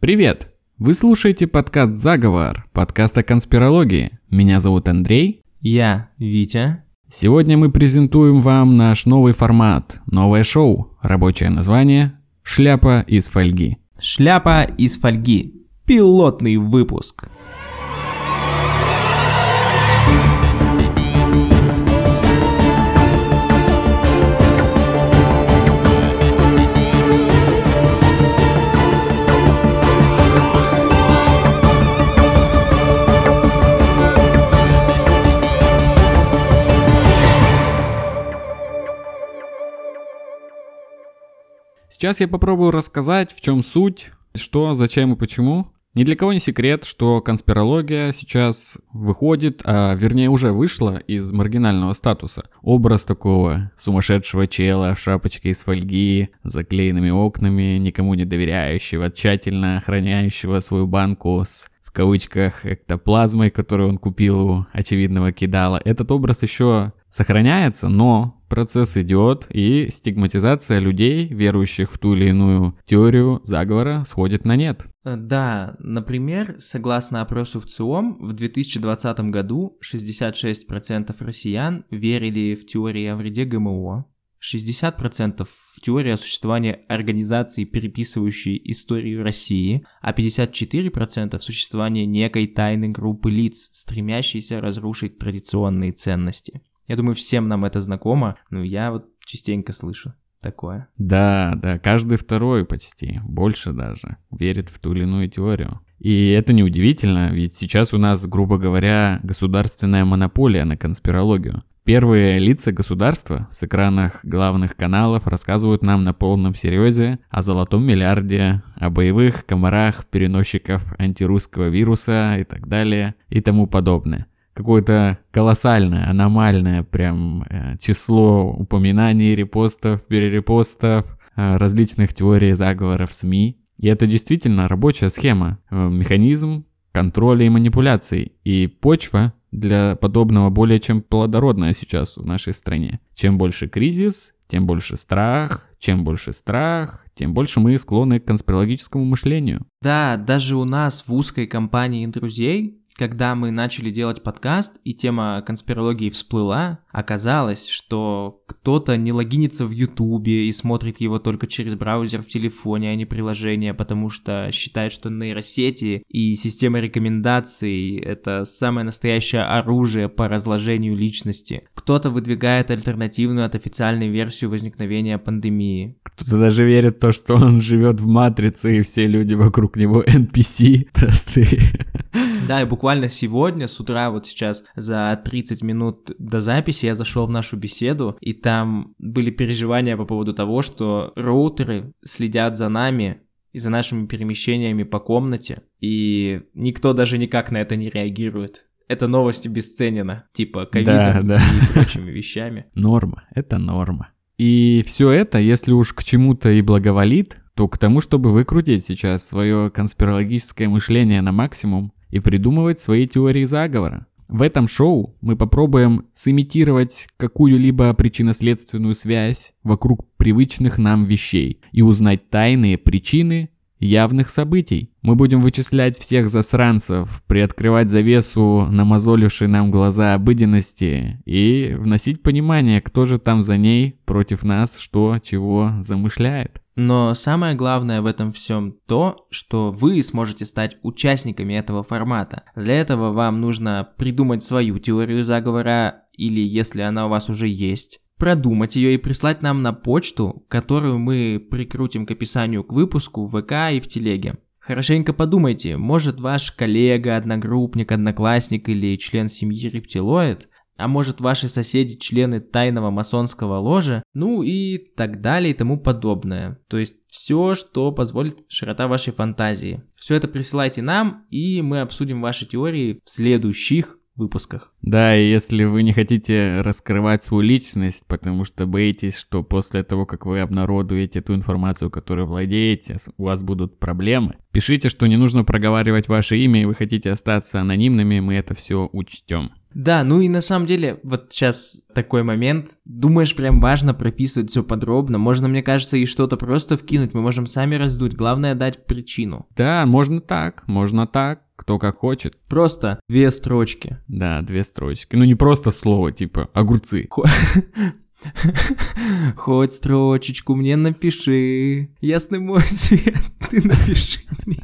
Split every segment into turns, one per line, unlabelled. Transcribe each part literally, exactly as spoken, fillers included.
Привет! Вы слушаете подкаст «Заговор», подкаст о конспирологии. Меня зовут Андрей.
Я Витя.
Сегодня мы презентуем вам наш новый формат, новое шоу, рабочее название «Шляпа из фольги».
Шляпа из фольги. Пилотный выпуск.
Сейчас я попробую рассказать, в чем суть, что, зачем и почему. Ни для кого не секрет, что конспирология сейчас выходит, а вернее уже вышла из маргинального статуса. Образ такого сумасшедшего чела в шапочке из фольги, с заклеенными окнами, никому не доверяющего, тщательно охраняющего свою банку с, в кавычках, эктоплазмой, которую он купил у очевидного кидала. Этот образ еще сохраняется, но процесс идет, и стигматизация людей, верующих в ту или иную теорию заговора, сходит на нет.
Да, например, согласно опросу в ЦИОМ, в две тысячи двадцатом году шестьдесят шесть процентов россиян верили в теории о вреде ГМО, шестьдесят процентов в теорию о существовании организации, переписывающей историю России, а пятьдесят четыре процента в существовании некой тайной группы лиц, стремящейся разрушить традиционные ценности. Я думаю, всем нам это знакомо, но я вот частенько слышу такое.
Да, да, каждый второй почти, больше даже, верит в ту или иную теорию. И это неудивительно, ведь сейчас у нас, грубо говоря, государственная монополия на конспирологию. Первые лица государства с экранов главных каналов рассказывают нам на полном серьезе о золотом миллиарде, о боевых комарах, переносчиков антирусского вируса и так далее и тому подобное. Какое-то колоссальное, аномальное прям э, число упоминаний, репостов, перерепостов, э, различных теорий заговоров в СМИ. И это действительно рабочая схема, э, механизм контроля и манипуляций. И почва для подобного более чем плодородная сейчас в нашей стране. Чем больше кризис, тем больше страх, чем больше страх, тем больше мы склонны к конспирологическому мышлению.
Да, даже у нас в узкой компании друзей, когда мы начали делать подкаст и тема конспирологии всплыла, оказалось, что кто-то не логинится в Ютубе и смотрит его только через браузер в телефоне, а не приложение, потому что считает, что нейросети и система рекомендаций — это самое настоящее оружие по разложению личности. Кто-то выдвигает альтернативную от официальной версию возникновения пандемии.
Кто-то даже верит в то, что он живет в матрице, и все люди вокруг него эн пи си простые.
Да, и буквально сегодня с утра, вот сейчас за тридцать минут до записи я зашел в нашу беседу, и там были переживания по поводу того, что роутеры следят за нами и за нашими перемещениями по комнате, и никто даже никак на это не реагирует. Эта новость обесценена, типа ковидом, да, да, и прочими вещами.
Норма, это норма. И все это, если уж к чему-то и благоволит, то к тому, чтобы выкрутить сейчас свое конспирологическое мышление на максимум и придумывать свои теории заговора. В этом шоу мы попробуем сымитировать какую-либо причинно-следственную связь вокруг привычных нам вещей и узнать тайные причины явных событий. Мы будем вычислять всех засранцев, приоткрывать завесу намазолившей нам глаза обыденности и вносить понимание, кто же там за ней против нас, что, чего замышляет.
Но самое главное в этом всем то, что вы сможете стать участниками этого формата. Для этого вам нужно придумать свою теорию заговора, или если она у вас уже есть, продумать ее и прислать нам на почту, которую мы прикрутим к описанию к выпуску в ВК и в Телеге. Хорошенько подумайте, может ваш коллега, одногруппник, одноклассник или член семьи рептилоид, а может ваши соседи члены тайного масонского ложа, ну и так далее и тому подобное. То есть все, что позволит широта вашей фантазии. Все это присылайте нам, и мы обсудим ваши теории в следующих выпусках.
Да, и если вы не хотите раскрывать свою личность, потому что боитесь, что после того, как вы обнародуете ту информацию, которой владеете, у вас будут проблемы, пишите, что не нужно проговаривать ваше имя, и вы хотите остаться анонимными, мы это все учтем.
Да, ну и на самом деле, вот сейчас такой момент, думаешь, прям важно прописывать все подробно, можно, мне кажется, и что-то просто вкинуть, мы можем сами раздуть, главное дать причину.
Да, можно так, можно так, кто как хочет.
Просто две строчки.
Да, две строчки, ну не просто слово, типа огурцы.
Хоть строчечку мне напиши, ясный мой свет, ты напиши мне.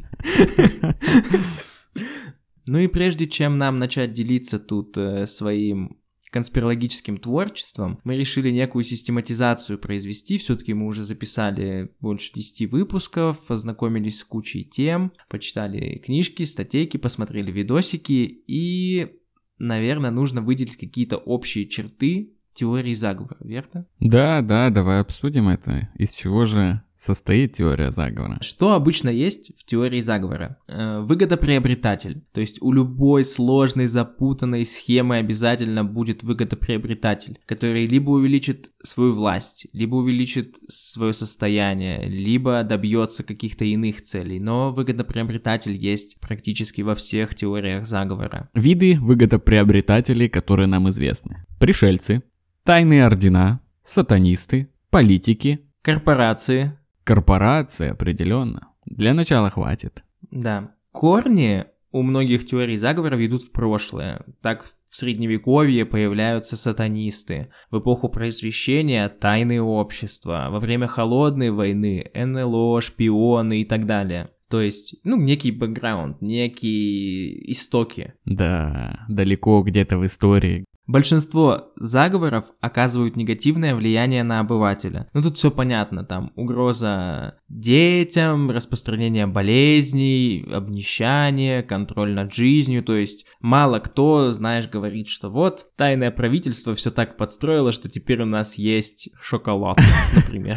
Ну и прежде чем нам начать делиться тут э, своим конспирологическим творчеством, мы решили некую систематизацию произвести. Все-таки мы уже записали больше десяти выпусков, ознакомились с кучей тем, почитали книжки, статейки, посмотрели видосики, и, наверное, нужно выделить какие-то общие черты теории заговора, верно?
Да, да, давай обсудим это. Из чего же состоит теория заговора?
Что обычно есть в теории заговора? Э, выгодоприобретатель. То есть у любой сложной, запутанной схемы обязательно будет выгодоприобретатель, который либо увеличит свою власть, либо увеличит свое состояние, либо добьется каких-то иных целей. Но выгодоприобретатель есть практически во всех теориях заговора.
Виды выгодоприобретателей, которые нам известны. Пришельцы, тайные ордена, сатанисты, политики,
корпорации.
Корпорации, определенно. Для начала хватит.
Да. Корни у многих теорий заговора ведут в прошлое. Так в средневековье появляются сатанисты. В эпоху Просвещения тайные общества. Во время Холодной войны эн эл о, шпионы и так далее. То есть, ну, некий бэкграунд, некие истоки.
Да, далеко где-то в истории.
Большинство заговоров оказывают негативное влияние на обывателя. Ну тут все понятно, там угроза детям, распространение болезней, обнищание, контроль над жизнью, то есть мало кто, знаешь, говорит, что вот тайное правительство все так подстроило, что теперь у нас есть шоколад, например.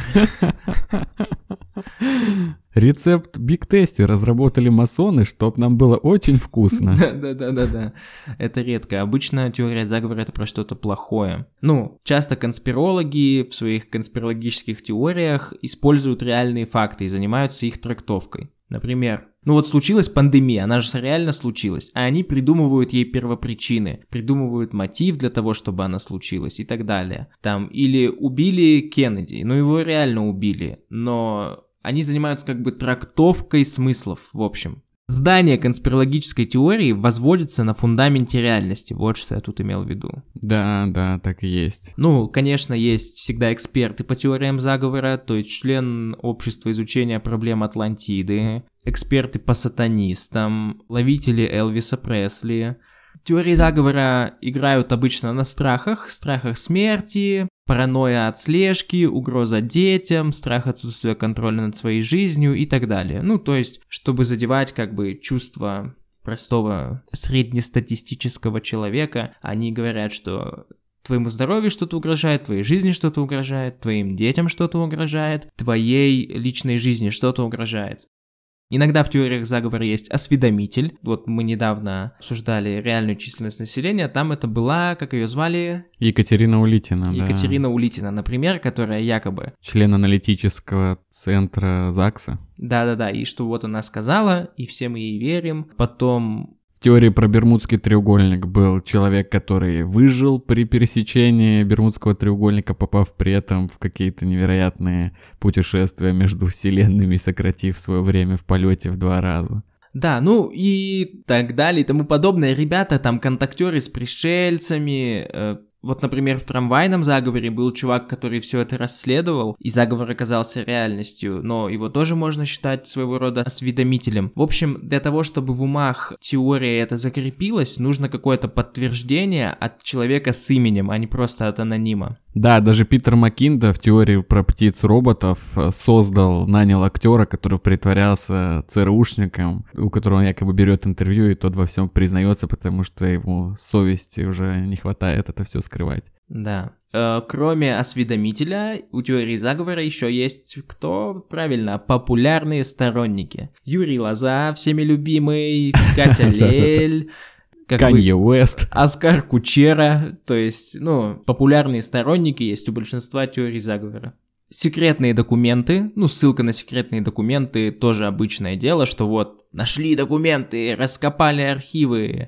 Рецепт Биг Тести разработали масоны, чтоб нам было очень вкусно.
Да-да-да-да-да. Это редко. Обычно теория заговора — это про что-то плохое. Ну, часто конспирологи в своих конспирологических теориях используют реальные факты и занимаются их трактовкой. Например, ну вот случилась пандемия, она же реально случилась, а они придумывают ей первопричины, придумывают мотив для того, чтобы она случилась и так далее. Там, или убили Кеннеди, ну его реально убили, но они занимаются как бы трактовкой смыслов, в общем. Здание конспирологической теории возводится на фундаменте реальности, вот что я тут имел в виду.
Да, да, так и есть.
Ну, конечно, есть всегда эксперты по теориям заговора, то есть член общества изучения проблем Атлантиды, эксперты по сатанистам, ловители Элвиса Пресли. Теории заговора играют обычно на страхах, страхах смерти, паранойя от слежки, угроза детям, страх отсутствия контроля над своей жизнью и так далее. Ну, то есть, чтобы задевать как бы чувства простого среднестатистического человека, они говорят, что твоему здоровью что-то угрожает, твоей жизни что-то угрожает, твоим детям что-то угрожает, твоей личной жизни что-то угрожает. Иногда в теориях заговора есть осведомитель. Вот мы недавно обсуждали реальную численность населения. Там это была, как ее звали?
Екатерина Улитина,
Екатерина
да.
Улитина, например, которая якобы...
Член аналитического центра ЗАГСа.
Да-да-да, и что вот она сказала, и все мы ей верим. Потом...
В теории про Бермудский треугольник был человек, который выжил при пересечении Бермудского треугольника, попав при этом в какие-то невероятные путешествия между вселенными, сократив свое время в полете в два раза.
Да, ну и так далее и тому подобное. Ребята, там контактеры с пришельцами... Э, вот, например, в трамвайном заговоре был чувак, который все это расследовал, и заговор оказался реальностью, но его тоже можно считать своего рода осведомителем. В общем, для того, чтобы в умах теория это закрепилась, нужно какое-то подтверждение от человека с именем, а не просто от анонима.
Да, даже Питер Маккиндо в теории про птиц-роботов создал, нанял актера, который притворялся ЦРУшником, у которого он якобы берет интервью, и тот во всем признается, потому что ему совести уже не хватает это все скрывать.
Да. Э, кроме осведомителя, у теории заговора еще есть кто? Правильно, популярные сторонники. Юрий Лоза, всеми любимый, Катя Лель...
Канье Уэст.
Оскар Кучера, то есть, ну, популярные сторонники есть у большинства теорий заговора. Секретные документы, ну, ссылка на секретные документы тоже обычное дело, что вот, нашли документы, раскопали архивы,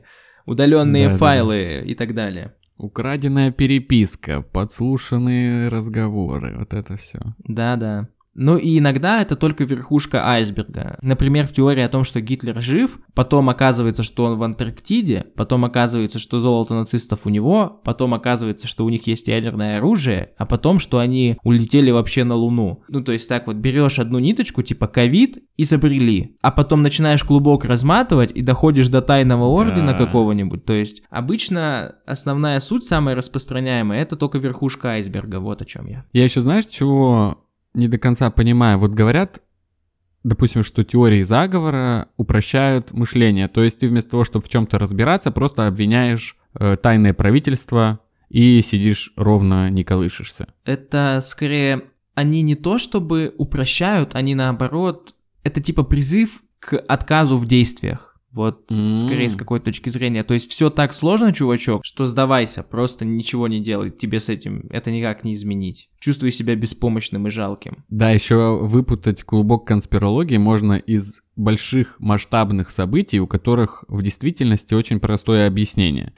удаленные
Да,
файлы и так далее.
Украденная переписка, подслушанные разговоры, вот это все.
Да-да. Ну и иногда это только верхушка айсберга. Например, в теории о том, что Гитлер жив, потом оказывается, что он в Антарктиде, потом оказывается, что золото нацистов у него, потом оказывается, что у них есть ядерное оружие, а потом, что они улетели вообще на Луну. Ну то есть так вот, берешь одну ниточку, типа ковид, изобрели, а потом начинаешь клубок разматывать и доходишь до тайного ордена
Да.
какого-нибудь. То есть обычно основная суть, самая распространяемая, это только верхушка айсберга, вот о чем я.
Я еще, знаешь, чего не до конца понимаю? Вот говорят, допустим, что теории заговора упрощают мышление. То есть ты вместо того, чтобы в чем-то разбираться, просто обвиняешь э, тайное правительство и сидишь ровно, не колышешься.
Это скорее, они не то чтобы упрощают, они наоборот, это типа призыв к отказу в действиях. Вот,
Mm.
скорее, с какой точки зрения. То есть все так сложно, чувачок, что сдавайся, просто ничего не делай, тебе с этим это никак не изменить. Чувствуй себя беспомощным и жалким.
Да, еще выпутать клубок конспирологии можно из больших масштабных событий, у которых в действительности очень простое объяснение.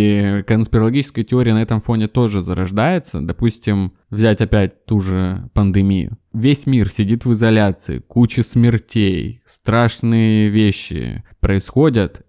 И конспирологическая теория на этом фоне тоже зарождается. Допустим, взять опять ту же пандемию. Весь мир сидит в изоляции, куча смертей, страшные вещи происходят,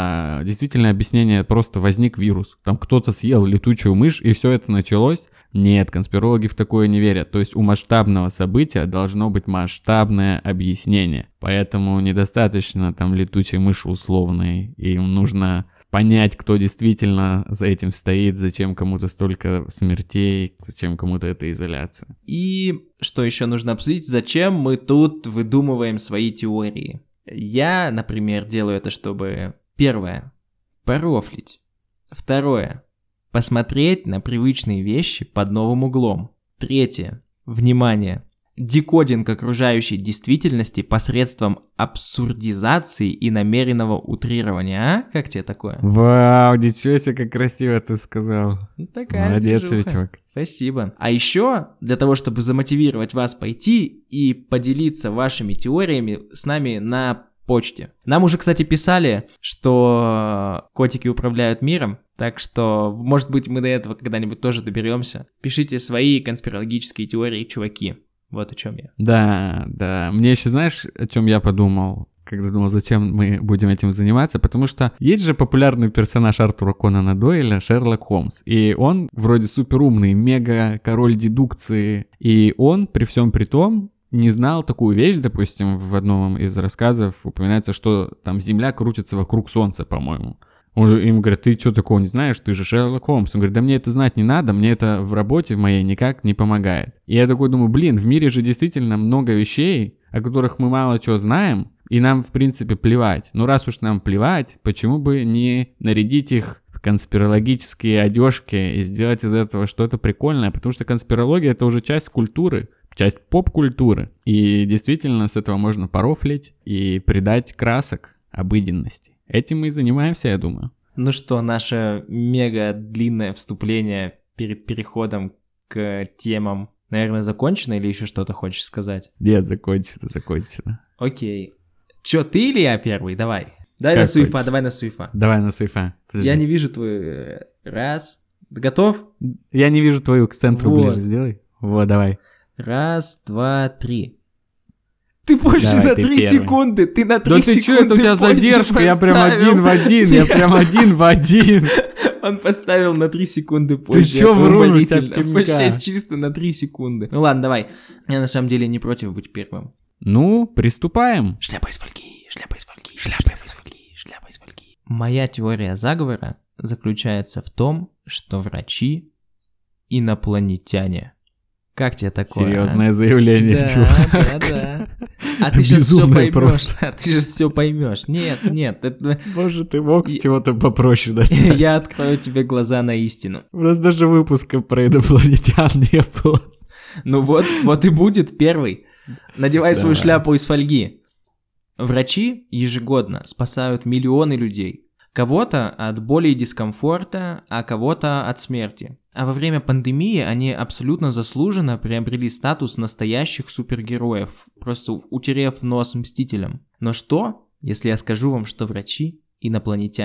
а действительное объяснение просто возник вирус. Там кто-то съел летучую мышь, и все это началось. Нет, конспирологи в такое не верят. То есть у масштабного события должно быть масштабное объяснение. Поэтому недостаточно там летучей мыши условной. Им нужно понять, кто действительно за этим стоит, зачем кому-то столько смертей, зачем кому-то эта изоляция.
И что еще нужно обсудить? Зачем мы тут выдумываем свои теории? Я, например, делаю это, чтобы, первое, порофлить. Второе, посмотреть на привычные вещи под новым углом. Третье, внимание, декодинг окружающей действительности посредством абсурдизации и намеренного утрирования. А? Как тебе такое?
Вау, ничего себе, как красиво ты сказал.
Ну, такая
Молодец,
движуха.
Витек.
Спасибо. А еще, для того, чтобы замотивировать вас пойти и поделиться вашими теориями с нами на почте. Нам уже, кстати, писали, что котики управляют миром, так что, может быть, мы до этого когда-нибудь тоже доберемся. Пишите свои конспирологические теории, чуваки. Вот о чем я.
Да, да. Мне еще знаешь, о чем я подумал, когда думал, зачем мы будем этим заниматься? Потому что есть же популярный персонаж Артура Конана Дойля, Шерлок Холмс. И он вроде суперумный, мега король дедукции. И он, при всем при том, не знал такую вещь, допустим, в одном из рассказов упоминается, что там Земля крутится вокруг Солнца, по-моему. Он, им говорят, ты что такого не знаешь, ты же Шерлок Холмс. Он говорит, да мне это знать не надо, мне это в работе в моей никак не помогает. И я такой думаю, блин, в мире же действительно много вещей, о которых мы мало чего знаем, и нам, в принципе, плевать. Ну, раз уж нам плевать, почему бы не нарядить их в конспирологические одежки и сделать из этого что-то прикольное? Потому что конспирология — это уже часть культуры, часть поп-культуры. И действительно с этого можно порофлить и придать красок обыденности. Этим мы и занимаемся, я думаю.
Ну что, наше мега длинное вступление перед переходом к темам, наверное, закончено или еще что-то хочешь сказать?
Нет, закончено, закончено.
Окей. Че, ты или я первый? Давай. Давай
Как
на суефа,
хочешь.
давай на суефа.
Давай на сейфа. Подожди.
Я не вижу твой... Раз. Ты готов?
Я не вижу твою к центру
Вот.
ближе, сделай. Вот, давай.
Раз, два, три. Ты больше
Давай,
на
ты
три
первый.
секунды, ты на три
Да ты
секунды
чё, это у тебя
позже
задержка, я прям
поставил.
один в один, я прям один в один.
Он поставил на три секунды позже.
чё,
это
врун, у тебя
уморительно.
пинка?
Вообще чисто на три секунды. Ну ладно, давай. Я на самом деле не против быть первым.
Ну, приступаем.
Шляпа из фольги, шляпа из фольги, шляпа из фольги, шляпа из фольги. Моя теория заговора заключается в том, что врачи инопланетяне. Как тебе такое?
Серьезное
а?
заявление,
Да,
чувак.
да, да. А ты сейчас все
Безумное
поймешь.
просто.
А ты сейчас все поймешь. Нет, нет, это...
Боже, ты мог с
И-
чего-то попроще дать.
я открою тебе глаза на истину.
У нас даже выпуска про инопланетян не было.
Ну вот, вот и будет первый. Надевай свою
Давай.
шляпу из фольги. Врачи ежегодно спасают миллионы людей. Кого-то от боли и дискомфорта, а кого-то от смерти. А во время пандемии они абсолютно заслуженно приобрели статус настоящих супергероев, просто утерев нос мстителям. Но что, если я скажу вам, что врачи инопланетяне?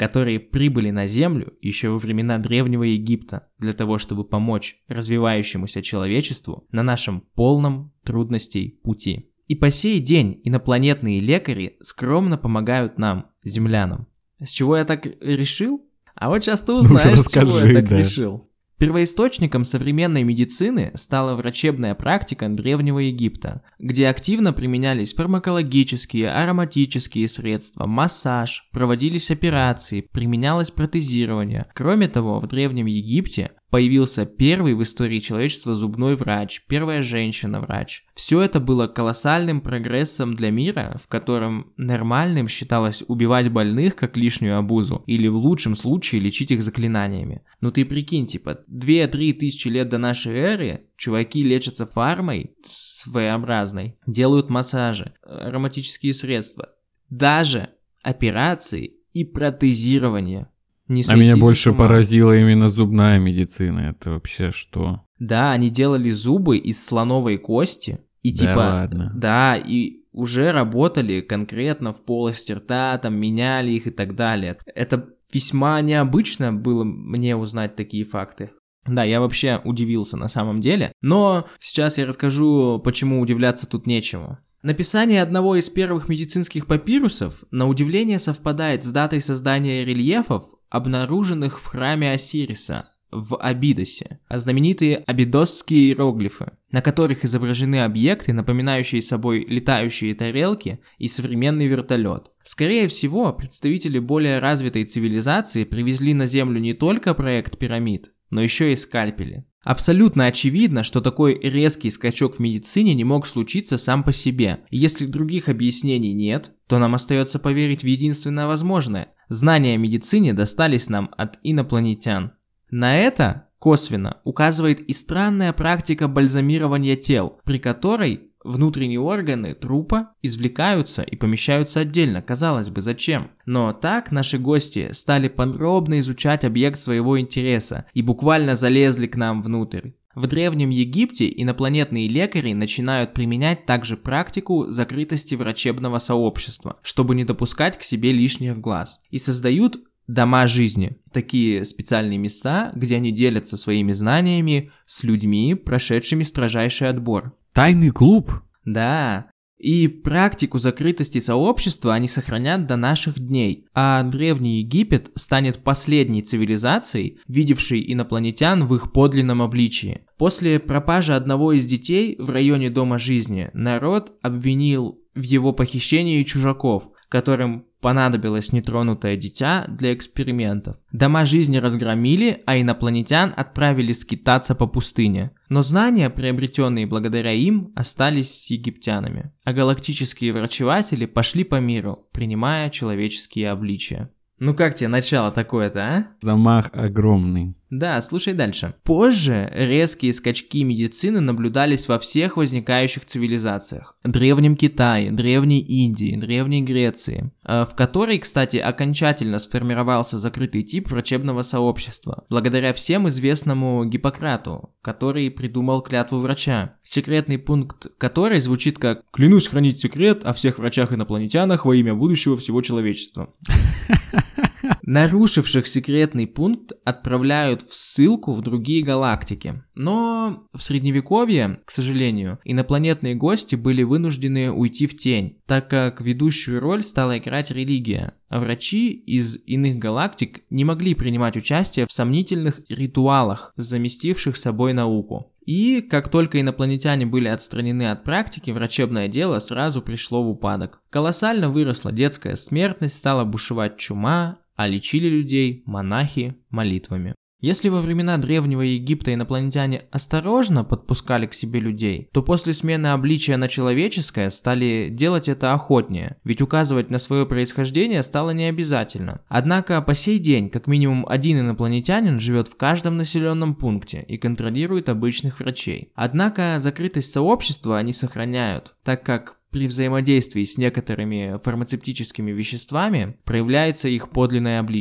которые прибыли на Землю еще во времена Древнего Египта для того, чтобы помочь развивающемуся человечеству на нашем полном трудностей пути. И по сей день инопланетные лекари скромно помогают нам, землянам. С чего я так решил? А вот сейчас ты узнаешь, с чего я так да. решил. Первоисточником современной медицины стала врачебная практика Древнего Египта, где активно применялись фармакологические, ароматические средства, массаж, проводились операции, применялось протезирование. Кроме того, в Древнем Египте появился первый в истории человечества зубной врач, первая женщина-врач. Все это было колоссальным прогрессом для мира, в котором нормальным считалось убивать больных как лишнюю обузу, или в лучшем случае лечить их заклинаниями. Ну ты прикинь, типа, две-три тысячи лет до нашей эры чуваки лечатся фармой своеобразной, делают массажи, ароматические средства, даже операции и протезирование. Не
а меня больше поразила именно зубная медицина. Это вообще что?
Да, они делали зубы из слоновой кости. И
да
типа,
ладно.
Да, и уже работали конкретно в полости рта, там меняли их и так далее. Это весьма необычно было мне узнать такие факты. Да, я вообще удивился на самом деле. Но сейчас я расскажу, почему удивляться тут нечему. Написание одного из первых медицинских папирусов, на удивление, совпадает с датой создания рельефов, обнаруженных в храме Осириса в Абидосе, а знаменитые абидосские иероглифы, на которых изображены объекты, напоминающие собой летающие тарелки и современный вертолет. Скорее всего, представители более развитой цивилизации привезли на Землю не только проект пирамид, но еще и скальпели. Абсолютно очевидно, что такой резкий скачок в медицине не мог случиться сам по себе. И если других объяснений нет, то нам остается поверить в единственное возможное. Знания о медицине достались нам от инопланетян. На это косвенно указывает и странная практика бальзамирования тел, при которой внутренние органы трупа извлекаются и помещаются отдельно. Казалось бы, зачем? Но так наши гости стали подробно изучать объект своего интереса и буквально залезли к нам внутрь. В Древнем Египте инопланетные лекари начинают применять также практику закрытости врачебного сообщества, чтобы не допускать к себе лишних глаз, и создают дома жизни, такие специальные места, где они делятся своими знаниями с людьми, прошедшими строжайший отбор.
Тайный клуб?
Да. И практику закрытости сообщества они сохранят до наших дней, а Древний Египет станет последней цивилизацией, видевшей инопланетян в их подлинном обличии. После пропажи одного из детей в районе Дома жизни народ обвинил в его похищении чужаков, которым понадобилось нетронутое дитя для экспериментов. Дома жизни разгромили, а инопланетян отправили скитаться по пустыне. Но знания, приобретенные благодаря им, остались с египтянами. А галактические врачеватели пошли по миру, принимая человеческие обличия. Ну как тебе начало такое-то, а?
Замах огромный.
Да, слушай дальше. Позже резкие скачки медицины наблюдались во всех возникающих цивилизациях. Древнем Китае, Древней Индии, Древней Греции, в которой, кстати, окончательно сформировался закрытый тип врачебного сообщества, благодаря всем известному Гиппократу, который придумал клятву врача, секретный пункт которой звучит как «Клянусь хранить секрет о всех врачах-инопланетянах во имя будущего всего человечества». Нарушивших секретный пункт отправляют в ссылку в другие галактики. Но в средневековье, к сожалению, инопланетные гости были вынуждены уйти в тень, так как ведущую роль стала играть религия, а врачи из иных галактик не могли принимать участие в сомнительных ритуалах, заместивших собой науку. И как только инопланетяне были отстранены от практики, врачебное дело сразу пришло в упадок. Колоссально выросла детская смертность, стала бушевать чума, а лечили людей монахи молитвами. Если во времена Древнего Египта инопланетяне осторожно подпускали к себе людей, то после смены обличия на человеческое стали делать это охотнее, ведь указывать на свое происхождение стало необязательно. Однако по сей день как минимум один инопланетянин живет в каждом населенном пункте и контролирует обычных врачей. Однако закрытость сообщества они сохраняют, так как при взаимодействии с некоторыми фармацевтическими веществами проявляется их подлинное обличие.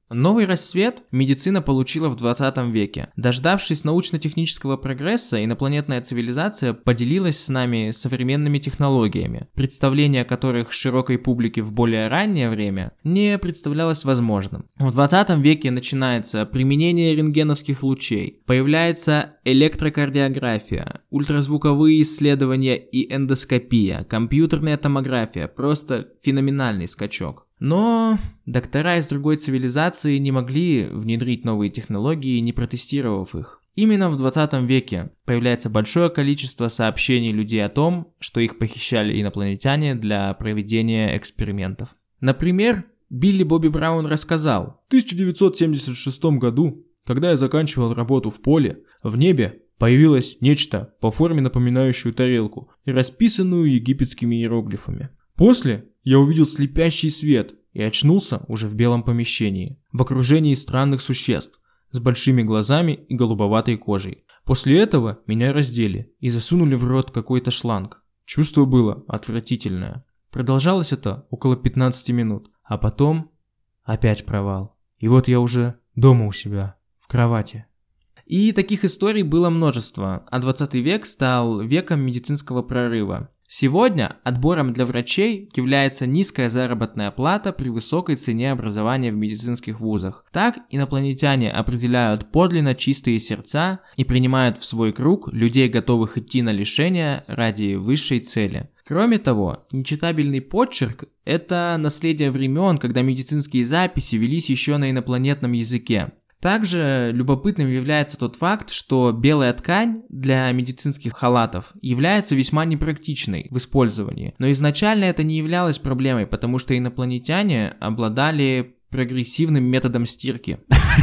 Новый рассвет медицина получила в двадцатом веке. Дождавшись научно-технического прогресса, инопланетная цивилизация поделилась с нами современными технологиями, представление о которых широкой публике в более раннее время не представлялось возможным. В двадцатом веке начинается применение рентгеновских лучей, появляется электрокардиография, ультразвуковые исследования и эндоскопия, компьютерная томография, просто феноменальный скачок. Но доктора из другой цивилизации не могли внедрить новые технологии, не протестировав их. Именно в двадцатом веке появляется большое количество сообщений людей о том, что их похищали инопланетяне для проведения экспериментов. Например, Билли Бобби Браун рассказал: «В тысяча девятьсот семьдесят шестом году, когда я заканчивал работу в поле, в небе появилось нечто по форме напоминающую тарелку и расписанную египетскими иероглифами. После я увидел слепящий свет и очнулся уже в белом помещении, в окружении странных существ, с большими глазами и голубоватой кожей. После этого меня раздели и засунули в рот какой-то шланг. Чувство было отвратительное. Продолжалось это около пятнадцати минут, а потом опять провал. И вот я уже дома у себя, в кровати». И таких историй было множество, а двадцатый век стал веком медицинского прорыва. Сегодня отбором для врачей является низкая заработная плата при высокой цене образования в медицинских вузах. Так инопланетяне определяют подлинно чистые сердца и принимают в свой круг людей, готовых идти на лишения ради высшей цели. Кроме того, нечитабельный почерк – это наследие времен, когда медицинские записи велись еще на инопланетном языке. Также любопытным является тот факт, что белая ткань для медицинских халатов является весьма непрактичной в использовании. Но изначально это не являлось проблемой, потому что инопланетяне обладали прогрессивным методом стирки.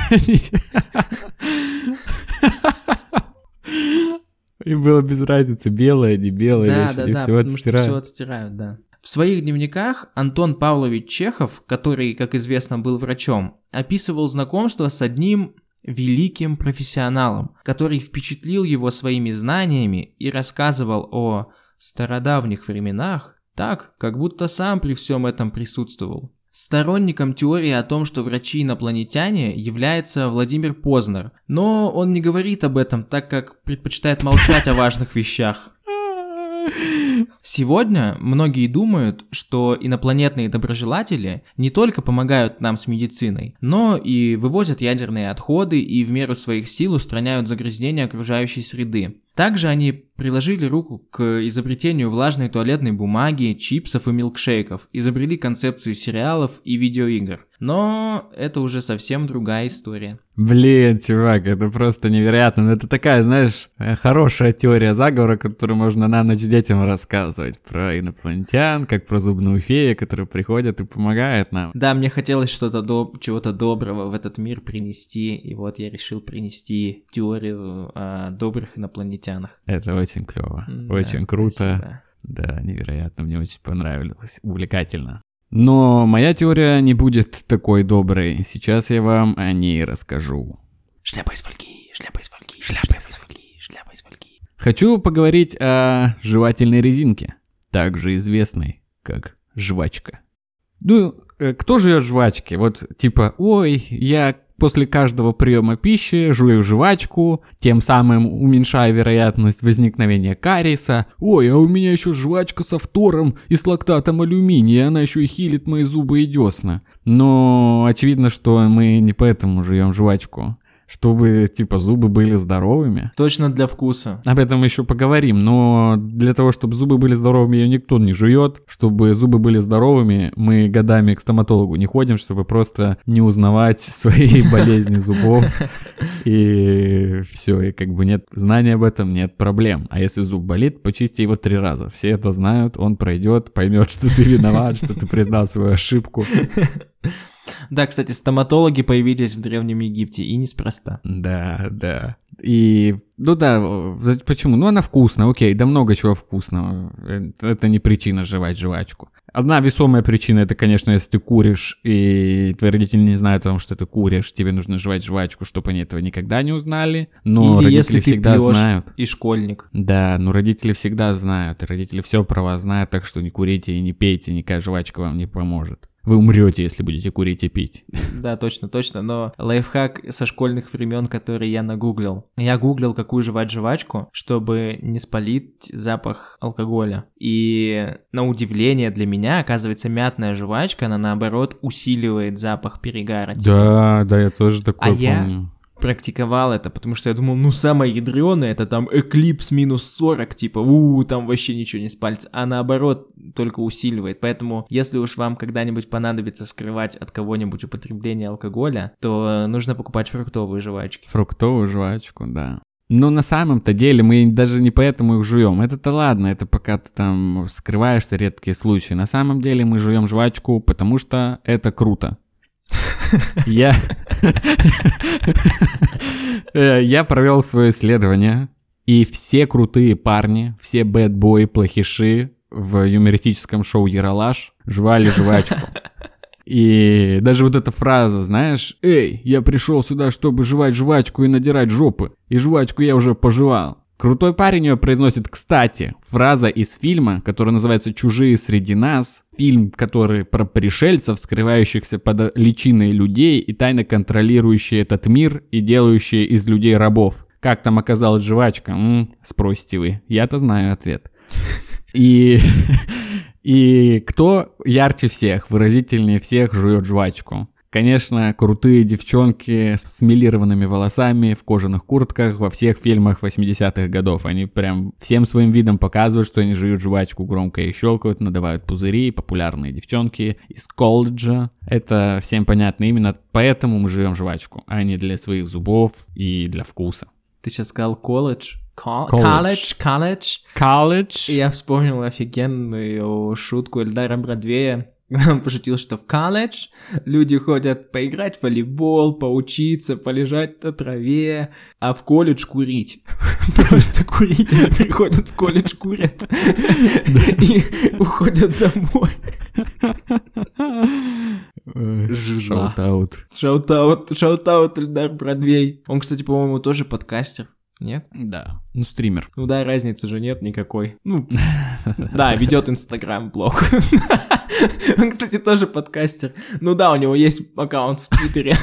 И было без разницы, белое, не белое,
да, да,
и
да,
все
потому
отстирают.
что все отстирают, да. В своих дневниках Антон Павлович Чехов, который, как известно, был врачом, описывал знакомство с одним великим профессионалом, который впечатлил его своими знаниями и рассказывал о стародавних временах так, как будто сам при всем этом присутствовал. Сторонником теории о том, что врачи инопланетяне, является Владимир Познер, но он не говорит об этом, так как предпочитает молчать о важных вещах. Сегодня многие думают, что инопланетные доброжелатели не только помогают нам с медициной, но и вывозят ядерные отходы и в меру своих сил устраняют загрязнение окружающей среды. Также они приложили руку к изобретению влажной туалетной бумаги, чипсов и милкшейков, изобрели концепцию сериалов и видеоигр. Но это уже совсем другая история.
Блин, чувак, это просто невероятно. Ну, это такая, знаешь, хорошая теория заговора, которую можно на ночь детям рассказывать. Про инопланетян, как про зубную фею, которая приходит и помогает нам.
Да, мне хотелось что-то до... чего-то доброго в этот мир принести, и вот я решил принести теорию о добрых инопланетянах.
Это очень клево,
да,
очень круто.
Спасибо.
Да, невероятно, мне очень понравилось, увлекательно. Но моя теория не будет такой доброй. Сейчас я вам о ней расскажу.
Шляпа из фольги, шляпа из фольги, шляпа из фольги, шляпа из фольги.
Хочу поговорить о жевательной резинке, также известной как жвачка. Ну, кто жует жвачки? Вот типа, ой, я после каждого приема пищи жую жвачку, тем самым уменьшая вероятность возникновения кариеса. Ой, а у меня еще жвачка со фтором и с лактатом алюминия, она еще и хилит мои зубы и десна. Но очевидно, что мы не поэтому жуем жвачку. Чтобы, типа, зубы были здоровыми.
Точно для вкуса.
Об этом еще поговорим, но для того, чтобы зубы были здоровыми, ее никто не жует. Чтобы зубы были здоровыми, мы годами к стоматологу не ходим, чтобы просто не узнавать свои болезни зубов. И все, и как бы нет знания об этом, нет проблем. А если зуб болит, почисти его три раза. Все это знают, он пройдет, поймет, что ты виноват, что ты признал свою ошибку.
Да, кстати, стоматологи появились в Древнем Египте, и неспроста.
Да, да. И, ну да, почему? Ну она вкусная, окей, да много чего вкусного. Это не причина жевать жвачку. Одна весомая причина, это, конечно, если ты куришь, и твои родители не знают о том, что ты куришь, тебе нужно жевать жвачку, чтобы они этого никогда не узнали. Но
или
родители
если ты
всегда
пьешь
знают.
И школьник.
Да, но родители всегда знают, и родители все про вас знают, так что не курите и не пейте, никакая жвачка вам не поможет. Вы умрете, если будете курить и пить.
Да, точно, точно, но лайфхак со школьных времен, который я нагуглил. Я гуглил, какую жевать жвачку, чтобы не спалить запах алкоголя. И на удивление для меня, оказывается, мятная жвачка, она наоборот усиливает запах перегара.
Да, да, я тоже такое
а
помню.
Я... практиковал это, потому что я думал, ну, самое ядреное, это там Eclipse минус сорок, типа, у там вообще ничего не спалится, а наоборот, только усиливает. Поэтому, если уж вам когда-нибудь понадобится скрывать от кого-нибудь употребление алкоголя, то нужно покупать фруктовые жвачки.
Фруктовую жвачку, да. Но на самом-то деле мы даже не поэтому их жуем. Это-то ладно, это пока ты там скрываешься, редкие случаи. На самом деле мы жуем жвачку, потому что это круто. Я... Я провел свое исследование, и все крутые парни, все бэдбои, плохиши в юмористическом шоу «Ералаш» жевали жвачку. И даже вот эта фраза, знаешь, «Эй, я пришел сюда, чтобы жевать жвачку и надирать жопы, и жвачку я уже пожевал». Крутой парень ее произносит, кстати, фраза из фильма, который называется «Чужие среди нас», фильм, который про пришельцев, скрывающихся под личиной людей и тайно контролирующие этот мир и делающие из людей рабов. Как там оказалась жвачка? М-м, спросите вы. Я-то знаю ответ. И... И кто ярче всех, выразительнее всех жует жвачку? Конечно, крутые девчонки с милированными волосами, в кожаных куртках во всех фильмах восьмидесятых годов. Они прям всем своим видом показывают, что они жуют жвачку, громко и щелкают, надувают пузыри, популярные девчонки из колледжа. Это всем понятно, именно поэтому мы жуем жвачку, а не для своих зубов и для вкуса.
Ты сейчас сказал колледж? Колледж, колледж.
Колледж.
И я вспомнил офигенную шутку Эльдара Бродвея. Он пошутил, что в колледж люди ходят поиграть в волейбол, поучиться, полежать на траве, а в колледж курить. Просто курить, они приходят в колледж, курят и уходят домой.
Шаут-аут.
Шаут-аут, шаут-аут Эльдар Бродвей. Он, кстати, по-моему, тоже подкастер. Нет?
Да. Ну, стример.
Ну да, разницы же нет никакой. Ну, да, ведет Инстаграм-блог. Он, кстати, тоже подкастер. Ну да, у него есть аккаунт в Твиттере.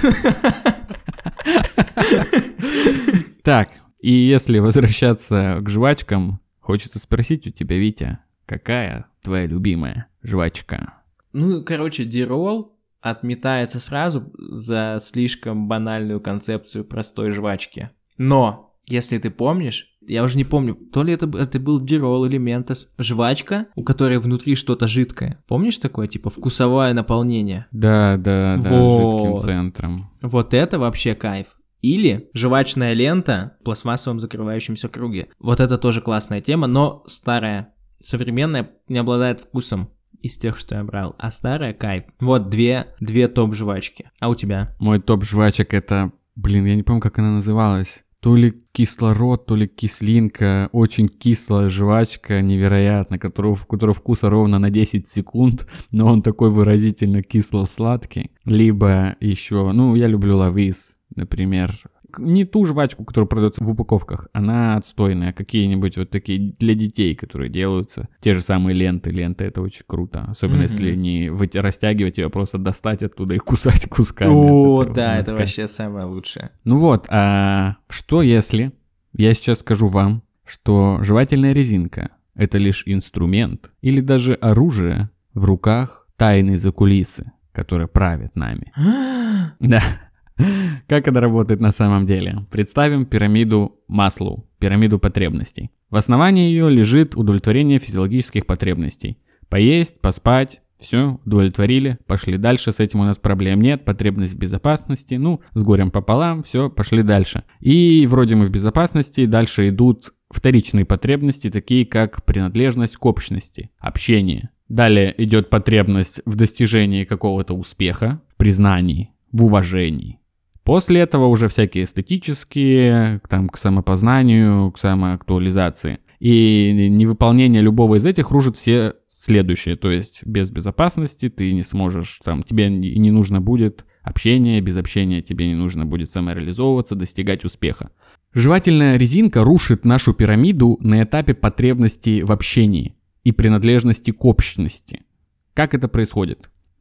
Так, и если возвращаться к жвачкам, хочется спросить у тебя, Витя, какая твоя любимая жвачка?
Ну, короче, Дирол отметается сразу за слишком банальную концепцию простой жвачки. Но... Если ты помнишь, я уже не помню, то ли это, это был Дирол или Ментос, жвачка, у которой внутри что-то жидкое. Помнишь такое, типа вкусовое наполнение?
Да, да, да,
вот.
Жидким центром.
Вот это вообще кайф. Или жвачная лента в пластмассовом закрывающемся круге. Вот это тоже классная тема, но старая. Современная не обладает вкусом из тех, что я брал, а старая кайф. Вот две, две топ-жвачки. А у тебя?
Мой топ жвачек это, блин, я не помню, как она называлась. То ли кислород, то ли кислинка, очень кислая жвачка, невероятно, которого, у которого вкуса ровно на десять секунд, но он такой выразительно кисло-сладкий. Либо еще, ну, я люблю Лавис, например. Не ту жвачку, которая продается в упаковках, она отстойная, какие-нибудь вот такие для детей, которые делаются. Те же самые ленты, ленты это очень круто, особенно mm-hmm. если не выти- растягивать ее, просто достать оттуда и кусать кусками.
О, это, да, это вообще самое лучшее.
Ну вот, а что если я сейчас скажу вам, что жевательная резинка — это лишь инструмент или даже оружие в руках тайной закулисы, которая правит нами? Да. Как это работает на самом деле? Представим пирамиду Маслоу, пирамиду потребностей. В основании ее лежит удовлетворение физиологических потребностей. Поесть, поспать, все, удовлетворили, пошли дальше, с этим у нас проблем нет, потребность в безопасности, ну, с горем пополам, все, пошли дальше. И вроде мы в безопасности, дальше идут вторичные потребности, такие как принадлежность к общности, общение. Далее идет потребность в достижении какого-то успеха, в признании, в уважении. После этого уже всякие эстетические, там, к самопознанию, к самоактуализации. И невыполнение любого из этих рушит все следующие. То есть без безопасности ты не сможешь, там, тебе не нужно будет общение, без общения тебе не нужно будет самореализовываться, достигать успеха. Жевательная резинка рушит нашу пирамиду на этапе потребности в общении и принадлежности к общности. Как это происходит?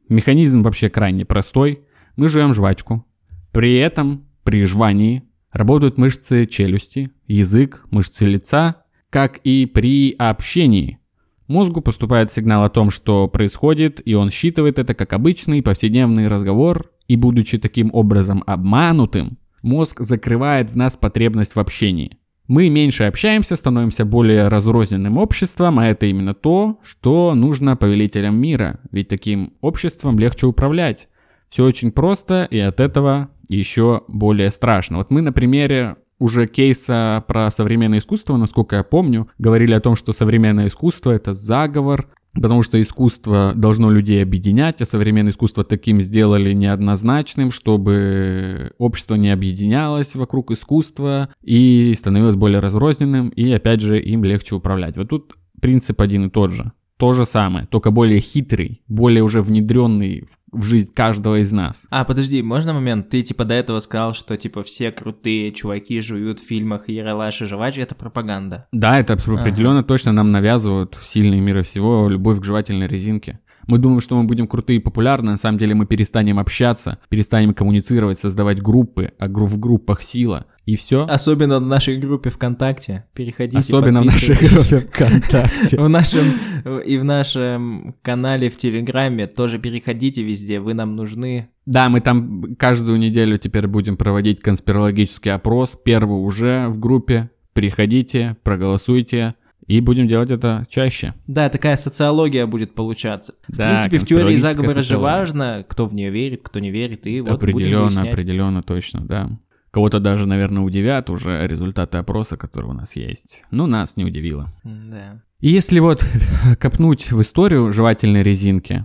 Механизм вообще крайне простой. Мы жуем жвачку. При этом, при жевании, работают мышцы челюсти, язык, мышцы лица, как и при общении. Мозгу поступает сигнал о том, что происходит, и он считывает это как обычный повседневный разговор, и, будучи таким образом обманутым, мозг закрывает в нас потребность в общении. Мы меньше общаемся, становимся более разрозненным обществом, а это именно то, что нужно повелителям мира, ведь таким обществом легче управлять. Все очень просто, и от этого еще более страшно. Вот мы на примере уже кейса про современное искусство, насколько я помню, говорили о том, что современное искусство — это заговор, потому что искусство должно людей объединять, а современное искусство таким сделали неоднозначным, чтобы общество не объединялось вокруг искусства и становилось более разрозненным, и опять же им легче управлять. Вот тут принцип один и тот же. То же самое, только более хитрый, более уже внедренный в жизнь каждого из нас.
А, подожди, можно момент? Ты типа до этого сказал, что типа все крутые чуваки жуют в фильмах Ералаш и жвачки, это пропаганда.
Да, это определенно ага. точно нам навязывают сильные мира всего любовь к жевательной резинке. Мы думаем, что мы будем крутые и популярны, на самом деле мы перестанем общаться, перестанем коммуницировать, создавать группы, а в группах сила. И все.
Особенно в нашей группе ВКонтакте. Переходите,
Особенно в нашей группе ВКонтакте.
В нашем и в нашем канале в Телеграме тоже переходите везде, вы нам нужны.
Да, мы там каждую неделю теперь будем проводить конспирологический опрос. Первый уже в группе. Переходите, проголосуйте. И будем делать это чаще.
Да, такая социология будет получаться.
Да,
в принципе, в теории заговора же важно, кто в нее верит, кто не верит. И вот
определенно,
будем выяснять.
Определенно, точно, да. Кого-то даже, наверное, удивят уже результаты опроса, которые у нас есть. Но нас не удивило.
Да.
И если вот копнуть в историю жевательной резинки,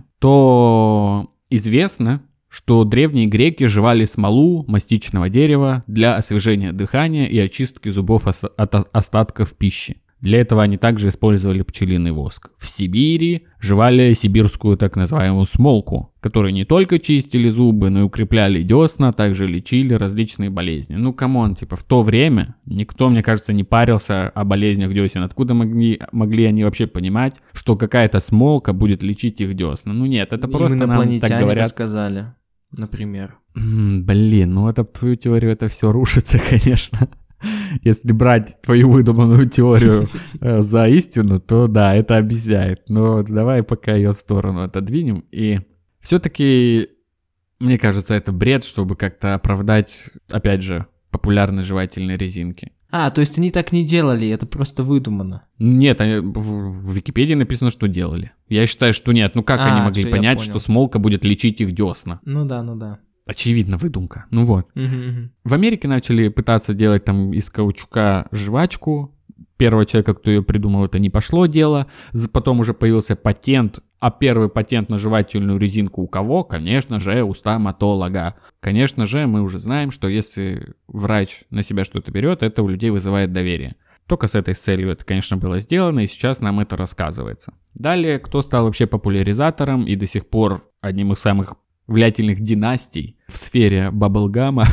то известно, что древние греки жевали смолу мастичного дерева для освежения дыхания и очистки зубов от остатков пищи. Для этого они также использовали пчелиный воск. В Сибири жевали сибирскую так называемую смолку, которой не только чистили зубы, но и укрепляли десна, также лечили различные болезни. Ну, камон, типа в то время никто, мне кажется, не парился о болезнях десен. Откуда могли, могли они вообще понимать, что какая-то смолка будет лечить их десна? Ну нет, это просто нам так говорят.
Сказали, например.
М-м, блин, ну это твою теорию, это все рушится, конечно. Если брать твою выдуманную теорию э, за истину, то да, это объясняет. Но давай пока ее в сторону отодвинем. И все-таки, мне кажется, это бред, чтобы как-то оправдать, опять же, популярность жевательной резинки.
А, то есть они так не делали, это просто выдумано?
Нет, они, в, в Википедии написано, что делали. Я считаю, что нет. Ну как а, они могли понять, что смолка будет лечить их десна?
Ну да, ну да.
Очевидно, выдумка. Ну вот.
Угу, угу.
В Америке начали пытаться делать там из каучука жвачку. Первого человека, кто ее придумал, это не пошло дело. Потом уже появился патент. А первый патент на жевательную резинку у кого? Конечно же, у стоматолога. Конечно же, мы уже знаем, что если врач на себя что-то берет, это у людей вызывает доверие. Только с этой целью это, конечно, было сделано, и сейчас нам это рассказывается. Далее, кто стал вообще популяризатором и до сих пор одним из самых влиятельных династий в сфере баблгама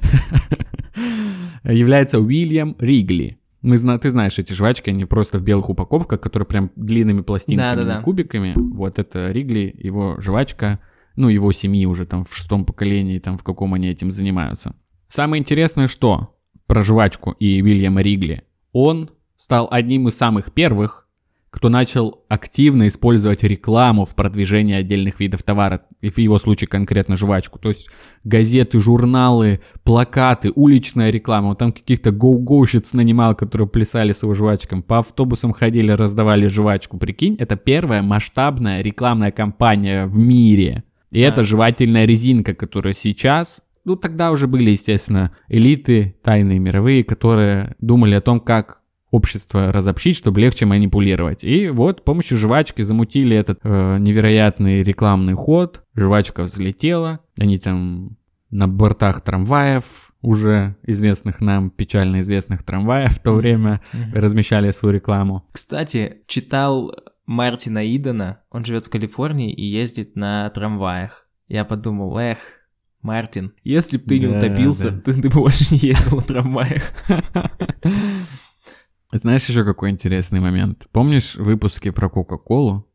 является Уильям Ригли. Мы зна- ты знаешь эти жвачки, они просто в белых упаковках, которые прям длинными пластинками, да, да, да. кубиками. Вот это Ригли, его жвачка, ну его семьи уже там в шестом поколении, там в каком они этим занимаются. Самое интересное, что про жвачку и Уильяма Ригли. Он стал одним из самых первых, кто начал активно использовать рекламу в продвижении отдельных видов товара, и в его случае конкретно жвачку. То есть газеты, журналы, плакаты, уличная реклама. Он там каких-то гоу-гоущиц нанимал, которые плясали с его жвачком. По автобусам ходили, раздавали жвачку. Прикинь, это первая масштабная рекламная кампания в мире. И а. это жевательная резинка, которая сейчас... Ну, тогда уже были, естественно, элиты, тайные мировые, которые думали о том, как общество разобщить, чтобы легче манипулировать. И вот с помощью жвачки замутили этот э, невероятный рекламный ход. Жвачка взлетела. Они там на бортах трамваев, уже известных нам, печально известных трамваев в то время, mm-hmm. размещали свою рекламу.
Кстати, читал Мартина Идена. Он живет в Калифорнии и ездит на трамваях. Я подумал, эх, Мартин, если бы ты да, не утопился, да. ты, ты бы больше не ездил на трамваях.
Знаешь еще какой интересный момент? Помнишь выпуски про Кока-Колу?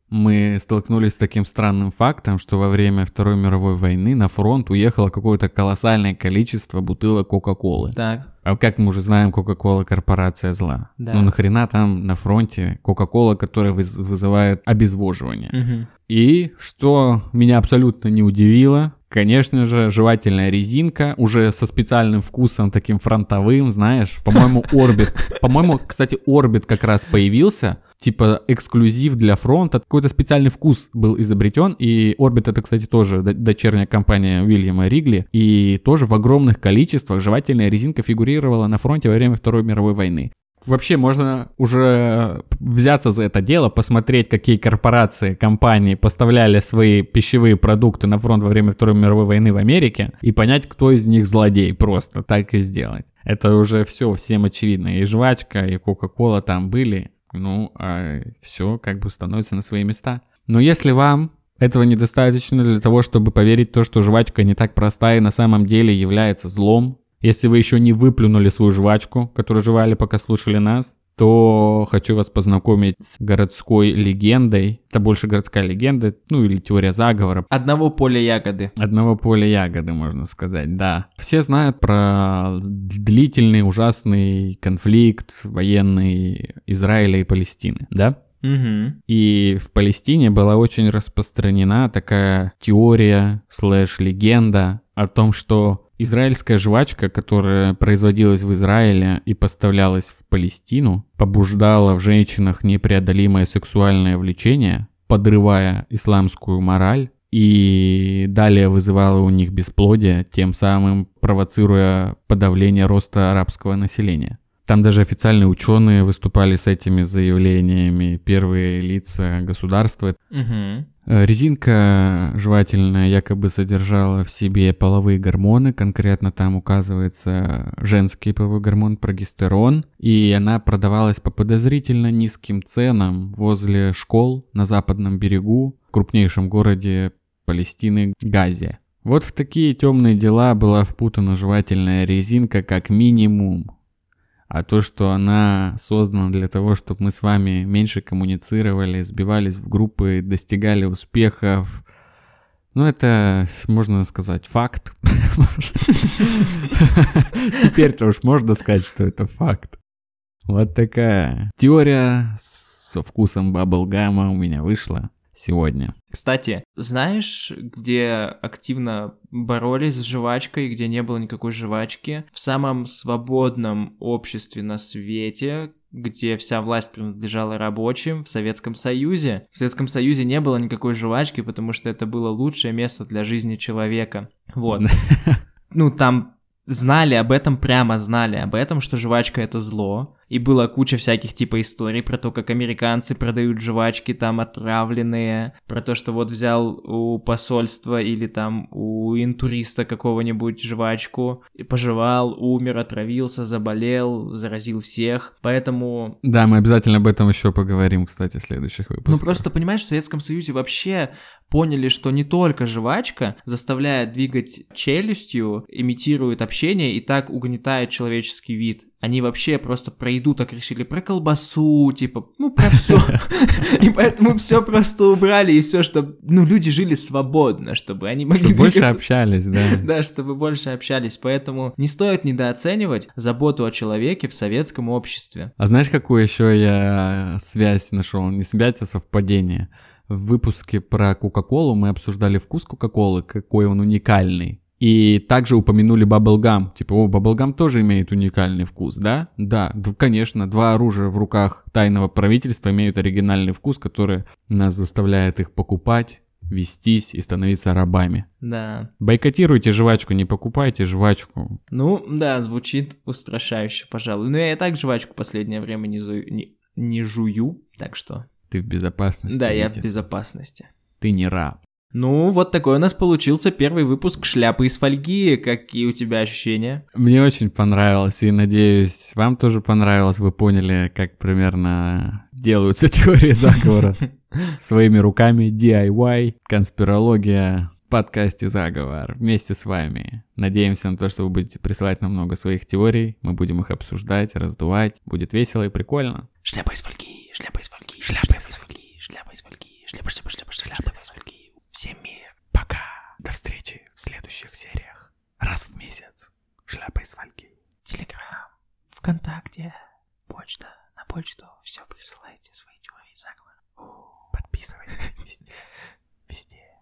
мы столкнулись с таким странным фактом, что во время Второй мировой войны на фронт уехало какое-то колоссальное количество бутылок Кока-Колы.
Так.
А как мы уже знаем, Кока-Кола — корпорация зла.
Да.
Ну нахрена там на фронте Кока-Кола, которая выз- вызывает обезвоживание.
Угу.
И что меня абсолютно не удивило, конечно же, жевательная резинка, уже со специальным вкусом таким фронтовым, знаешь. По-моему, Орбит. По-моему, кстати, Орбит как раз появился, типа эксклюзив для фронта. Какой-то специальный вкус был изобретен. И Орбит — это, кстати, тоже дочерняя компания Уильяма Ригли. И тоже в огромных количествах жевательная резинка фигурировала на фронте во время Второй мировой войны. Вообще можно уже взяться за это дело, посмотреть, какие корпорации, компании поставляли свои пищевые продукты на фронт во время Второй мировой войны в Америке, и понять, кто из них злодей, просто так и сделать. Это уже все всем очевидно. И жвачка, и Кока-Кола там были, ну, а все как бы становится на свои места. Но если вам этого недостаточно для того, чтобы поверить в то, что жвачка не так проста и на самом деле является злом, если вы еще не выплюнули свою жвачку, которую жевали, пока слушали нас, то хочу вас познакомить с городской легендой. Это больше городская легенда, ну или теория заговора.
Одного поля ягоды.
Одного поля ягоды, можно сказать, да. Все знают про длительный, ужасный конфликт военный Израиля и Палестины, да?
Угу.
И в Палестине была очень распространена такая теория слэш-легенда о том, что израильская жвачка, которая производилась в Израиле и поставлялась в Палестину, побуждала в женщинах непреодолимое сексуальное влечение, подрывая исламскую мораль, и далее вызывала у них бесплодие, тем самым провоцируя подавление роста арабского населения. Там даже официальные ученые выступали с этими заявлениями, первые лица государства.
Угу.
Резинка жевательная якобы содержала в себе половые гормоны, конкретно там указывается женский половой гормон прогестерон, и она продавалась по подозрительно низким ценам возле школ на западном берегу, в крупнейшем городе Палестины Газе. Вот в такие темные дела была впутана жевательная резинка как минимум. А то, что она создана для того, чтобы мы с вами меньше коммуницировали, сбивались в группы, достигали успехов, ну, это, можно сказать, факт. Теперь-то уж можно сказать, что это факт. Вот такая теория со вкусом баблгама у меня вышла сегодня.
Кстати, знаешь, где активно боролись с жвачкой, где не было никакой жвачки? В самом свободном обществе на свете, где вся власть принадлежала рабочим, в Советском Союзе. В Советском Союзе не было никакой жвачки, потому что это было лучшее место для жизни человека. Вот. Ну, там знали об этом, прямо знали об этом, что жвачка — это зло. И была куча всяких типа историй про то, как американцы продают жвачки там отравленные, про то, что вот взял у посольства или там у интуриста какого-нибудь жвачку, и пожевал, умер, отравился, заболел, заразил всех, поэтому...
Да, мы обязательно об этом еще поговорим, кстати, в следующих выпусках.
Ну просто, понимаешь, в Советском Союзе вообще поняли, что не только жвачка заставляет двигать челюстью, имитирует общение и так угнетает человеческий вид. Они вообще просто про еду так решили, про колбасу, типа, ну, про все. И поэтому все просто убрали, и все, чтобы, ну, люди жили свободно, чтобы они могли
чтобы больше общались, да.
Да, чтобы больше общались. Поэтому не стоит недооценивать заботу о человеке в советском обществе.
А знаешь, какую еще я связь нашел? Не связь, а совпадение. В выпуске про Кока-Колу мы обсуждали вкус Кока-Колы, какой он уникальный. И также упомянули баблгам. Типа, о, баблгам тоже имеет уникальный вкус, да? Да, д- конечно, два оружия в руках тайного правительства имеют оригинальный вкус, который нас заставляет их покупать, вестись и становиться рабами.
Да.
Бойкотируйте жвачку, не покупайте жвачку.
Ну, да, звучит устрашающе, пожалуй. Но я и так жвачку в последнее время не, зую, не, не жую, так что...
Ты в безопасности.
Да, я
Витя.
в безопасности.
Ты не раб.
Ну, вот такой у нас получился первый выпуск «Шляпы из фольги». Какие у тебя ощущения?
Мне очень понравилось, и надеюсь, вам тоже понравилось. Вы поняли, как примерно делаются теории заговора своими руками. ди ай вай, конспирология, в подкасте «Заговор» вместе с вами. Надеемся на то, что вы будете присылать нам много своих теорий. Мы будем их обсуждать, раздувать. Будет весело и прикольно.
Шляпа из фольги, шляпа из фольги, шляпа из фольги, шляпа из фольги, шляпа
Запас фольги.
Телеграм, ВКонтакте, почта, на почту. Все, присылайте свои теории заговора.
Подписывайтесь везде. Везде.